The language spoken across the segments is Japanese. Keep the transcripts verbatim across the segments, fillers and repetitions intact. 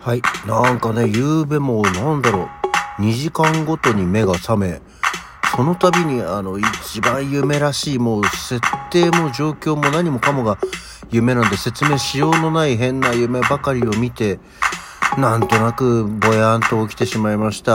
はい、なんかね、夕べもなんだろう、にじかんごとに目が覚め、その度にあの一番夢らしいもう設定も状況も何もかもが夢なんで説明しようのない変な夢ばかりを見て、なんとなくぼやんと起きてしまいました。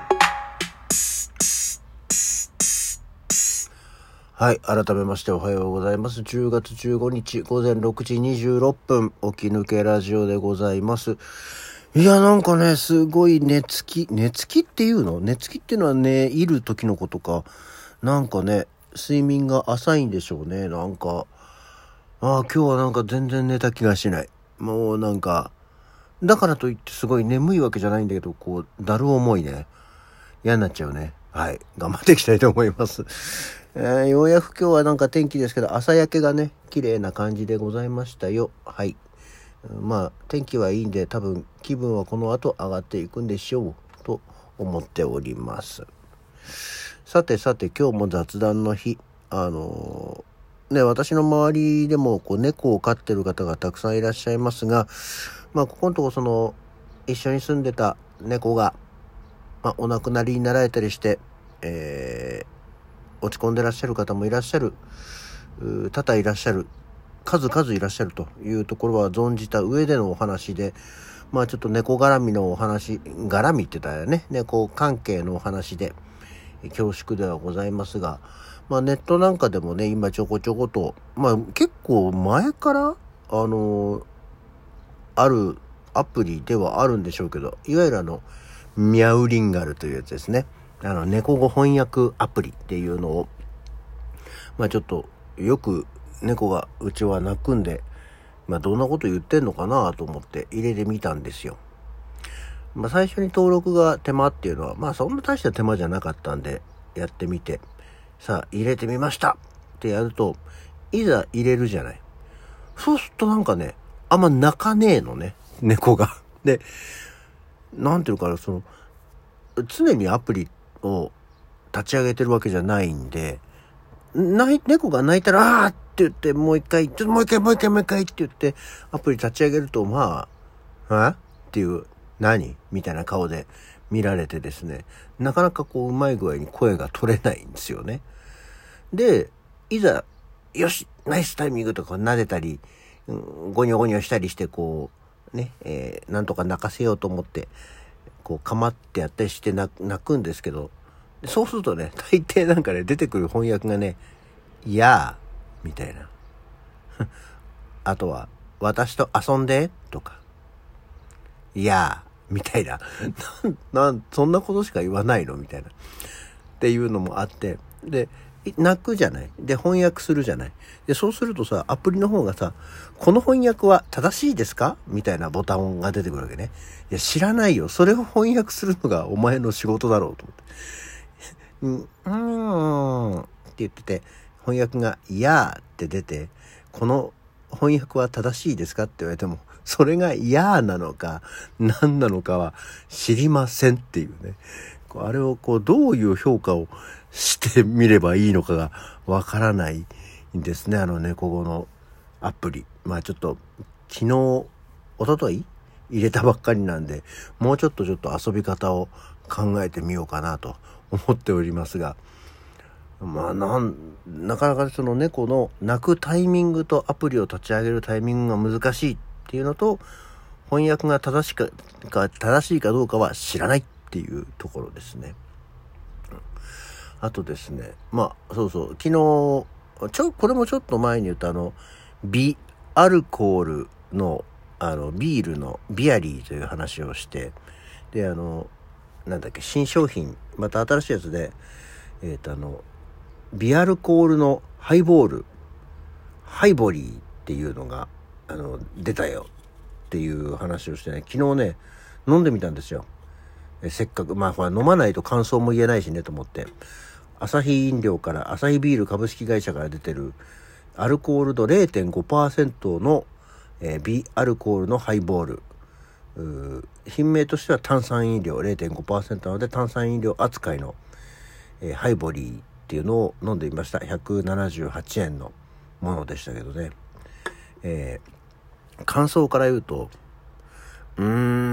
はい、改めましておはようございます。じゅうがつじゅうごにちごぜんろくじにじゅうろっぷん、起き抜けラジオでございます。いや、なんかね、すごい寝つき、寝つきっていうの寝つきっていうのはね、いる時のことか。なんかね、睡眠が浅いんでしょうね。なんか、ああ、今日はなんか全然寝た気がしない。もうなんか、だからといってすごい眠いわけじゃないんだけど、こう、だる重いね。嫌になっちゃうね。はい。頑張っていきたいと思います。えー、ようやく今日はなんか天気ですけど、朝焼けがね、綺麗な感じでございましたよ。はい。まあ、天気はいいんで、多分気分はこの後上がっていくんでしょう、と思っております。さてさて、今日も雑談の日。あのー、ね、私の周りでもこう猫を飼ってる方がたくさんいらっしゃいますが、まあ、ここのとこその、一緒に住んでた猫が、まあ、お亡くなりになられたりして、えー、落ち込んでらっしゃる方もいらっしゃる、多々いらっしゃる、数々いらっしゃるというところは存じた上でのお話で、まあちょっと猫絡みのお話、絡みって言ったらね、猫関係のお話で恐縮ではございますが、まあネットなんかでもね、今ちょこちょこと、まあ結構前から、あの、あるアプリではあるんでしょうけど、いわゆるあの、ミャウリンガルというやつですね。あの、猫語翻訳アプリっていうのを、まあちょっとよく猫がうちは鳴くんで、まあどんなこと言ってんのかなと思って入れてみたんですよ。まあ最初に登録が手間っていうのは、まあそんな大した手間じゃなかったんでやってみて、さあ入れてみましたってやると、いざ入れるじゃない。そうするとなんかね、あんま鳴かねえのね、猫が。で、なんていうかな、その、常にアプリを立ち上げてるわけじゃないんで、泣い猫が泣いたら、あーって言って、もう一回、ちょっともう一回、もう一回、もう一回って言って、アプリ立ち上げると、まあ、あっていう、何みたいな顔で見られてですね、なかなかこう、うまい具合に声が取れないんですよね。で、いざ、よし、ナイスタイミングとか撫でたり、うん、ゴニョゴニョしたりして、こう、ね、えー、なんとか泣かせようと思って、こう、かまってやったりして泣くんですけど、そうするとね、大抵なんかね、出てくる翻訳がね、いやー、みたいな。あとは、私と遊んで、とか、いやー、みたいな。なん、なん、そんなことしか言わないのみたいな。っていうのもあって、で、泣くじゃない。で、翻訳するじゃない。で、そうするとさ、アプリの方がさ、この翻訳は正しいですかみたいなボタンが出てくるわけね。いや、知らないよ。それを翻訳するのがお前の仕事だろうと思って。うん、うーんって言ってて、翻訳がいやーって出て、この翻訳は正しいですかって言われても、それがいやーなのか何なのかは知りませんっていうね。あれをこうどういう評価をしてみればいいのかがわからないんですね。あの猫語のアプリ。まあちょっと昨日、一昨日入れたばっかりなんで、もうちょっとちょっと遊び方を考えてみようかなと思っておりますが、まあなん、なかなかその猫の鳴くタイミングとアプリを立ち上げるタイミングが難しいっていうのと、翻訳が正しいか、か正しいかどうかは知らないっていうところですね。あとですね、まあそうそう、昨日、ちょ、これもちょっと前に言ったあの、ビアルコールの、あの、ビールのビアリーという話をして、で、あの、なんだっけ、新商品、また新しいやつで、えっとあの、ビアルコールのハイボール、ハイボリーっていうのが、あの、出たよっていう話をしてね、昨日ね、飲んでみたんですよ。えせっかく、まあほら飲まないと感想も言えないしねと思って、アサヒ飲料から、アサヒビール株式会社から出てる、アルコール度 れいてんごパーセント の、えー、ビアルコールのハイボール。う品名としては炭酸飲料 れいてんごパーセント なので炭酸飲料扱いの、えー、ハイボリーっていうのを飲んでみました。ひゃくななじゅうはちえんのものでしたけどね。えー、感想から言うと、 うー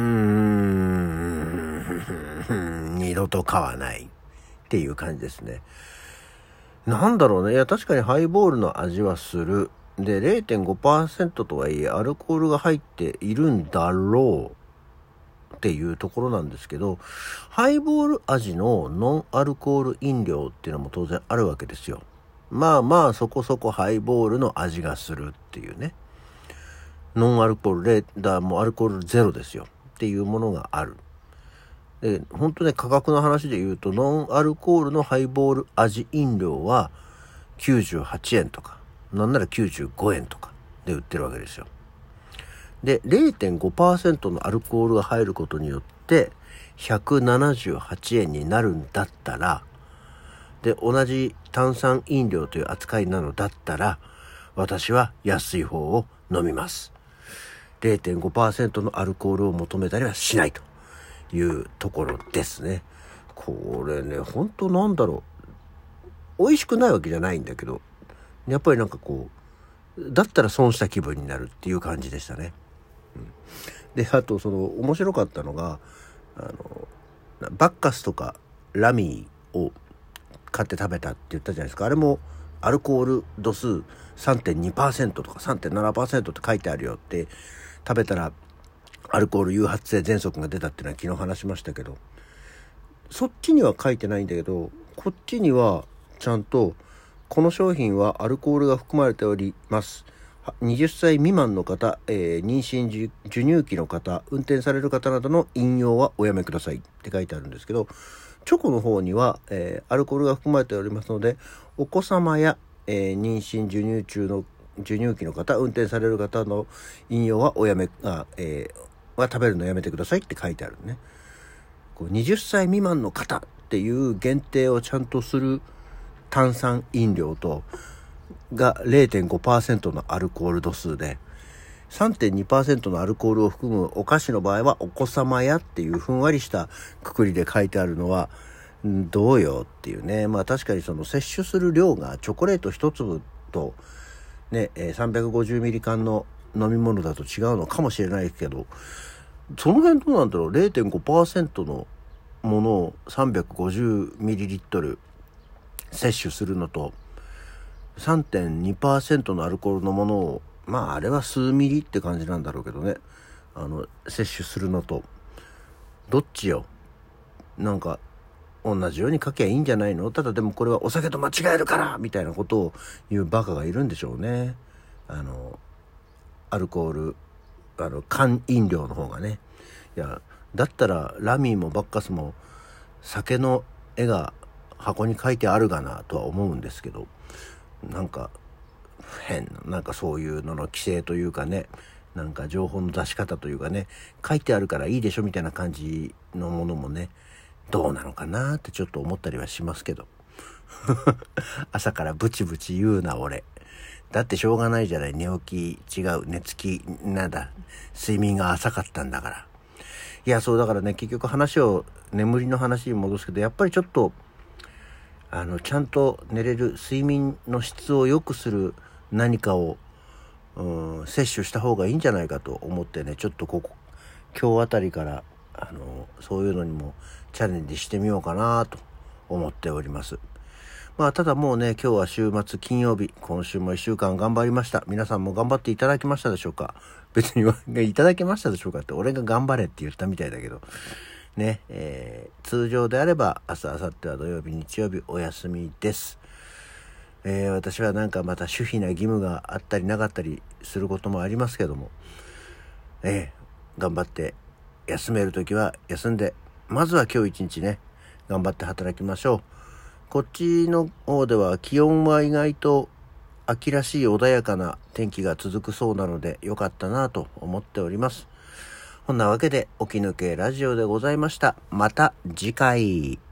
ん、二度と買わないっていう感じですね。なんだろうね。いや、確かにハイボールの味はする。で、れいてんごパーセント とはいえ、アルコールが入っているんだろうっていうところなんですけど、ハイボール味のノンアルコール飲料っていうのも当然あるわけですよ。まあまあ、そこそこハイボールの味がするっていうね。ノンアルコール、レーダーもアルコールゼロですよっていうものがある。で、本当ね、価格の話で言うと、ノンアルコールのハイボール味飲料はきゅうじゅうはちえんとか、なんならきゅうじゅうごえんとかで売ってるわけですよ。で、れいてんごパーセント のアルコールが入ることによってひゃくななじゅうはちえんになるんだったら、で、同じ炭酸飲料という扱いなのだったら、私は安い方を飲みます。れいてんごパーセント のアルコールを求めたりはしないというところですね。これね、本当なんだろう。美味しくないわけじゃないんだけど、やっぱりなんかこう、だったら損した気分になるっていう感じでしたね。うん、で、あとその面白かったのが、あの、バッカスとかラミーを買って食べたって言ったじゃないですか。あれもアルコール度数 さんてんにパーセント とか さんてんななパーセント って書いてあるよって食べたらアルコール誘発性喘息が出たっていうのは昨日話しましたけど、そっちには書いてないんだけど、こっちにはちゃんとこの商品はアルコールが含まれております。はたち未満の方、えー、妊娠授乳期の方、運転される方などの飲用はおやめくださいって書いてあるんですけど、チョコの方には、えー、アルコールが含まれておりますので、お子様や、えー、妊娠授乳中の授乳期の方、運転される方の飲用はおやめあ、えー、は食べるのやめてくださいって書いてあるね。こうはたち未満の方っていう限定をちゃんとする炭酸飲料とが れいてんごパーセント のアルコール度数で、 さんてんにパーセント のアルコールを含むお菓子の場合はお子様やっていうふんわりしたくくりで書いてあるのはどうよっていうね。まあ確かにその摂取する量がチョコレート一粒とね、さんびゃくごじゅうミリ缶の飲み物だと違うのかもしれないけど、その辺どうなんだろう。 れいてんごパーセント のものを さんびゃくごじゅうミリリットル 摂取するのと さんてんにパーセント のアルコールのものを、まああれは数ミリって感じなんだろうけどね、あの摂取するのとどっちよ。なんか同じように書きゃいいんじゃないの。ただでもこれはお酒と間違えるからみたいなことを言うバカがいるんでしょうね。あのアルコールあの缶飲料の方がね。いやだったらラミーもバッカスも酒の絵が箱に書いてあるがなとは思うんですけど、なんか変な、なんかそういうのの規制というかね、なんか情報の出し方というかね、書いてあるからいいでしょみたいな感じのものもね、どうなのかなってちょっと思ったりはしますけど朝からブチブチ言うな俺。だってしょうがないじゃない。寝起き違う、寝つきなんだ、睡眠が浅かったんだから。いやそうだからね、結局話を眠りの話に戻すけど、やっぱりちょっとあのちゃんと寝れる睡眠の質を良くする何かを、うん、摂取した方がいいんじゃないかと思ってね、ちょっとここ今日あたりからあのそういうのにもチャレンジしてみようかなと思っております。まあただもうね、今日は週末金曜日、今週もいっしゅうかん頑張りました。皆さんも頑張っていただきましたでしょうか。別にいただけましたでしょうかって俺が頑張れって言ったみたいだけどね、えー、通常であれば明日明後日は土曜日日曜日お休みです。えー、私はなんかまた守秘な義務があったりなかったりすることもありますけども、えー、頑張って休めるときは休んで、まずは今日一日ね頑張って働きましょう。こっちの方では気温は意外と秋らしい穏やかな天気が続くそうなので良かったなと思っております。こんなわけで起き抜けラジオでございました。また次回。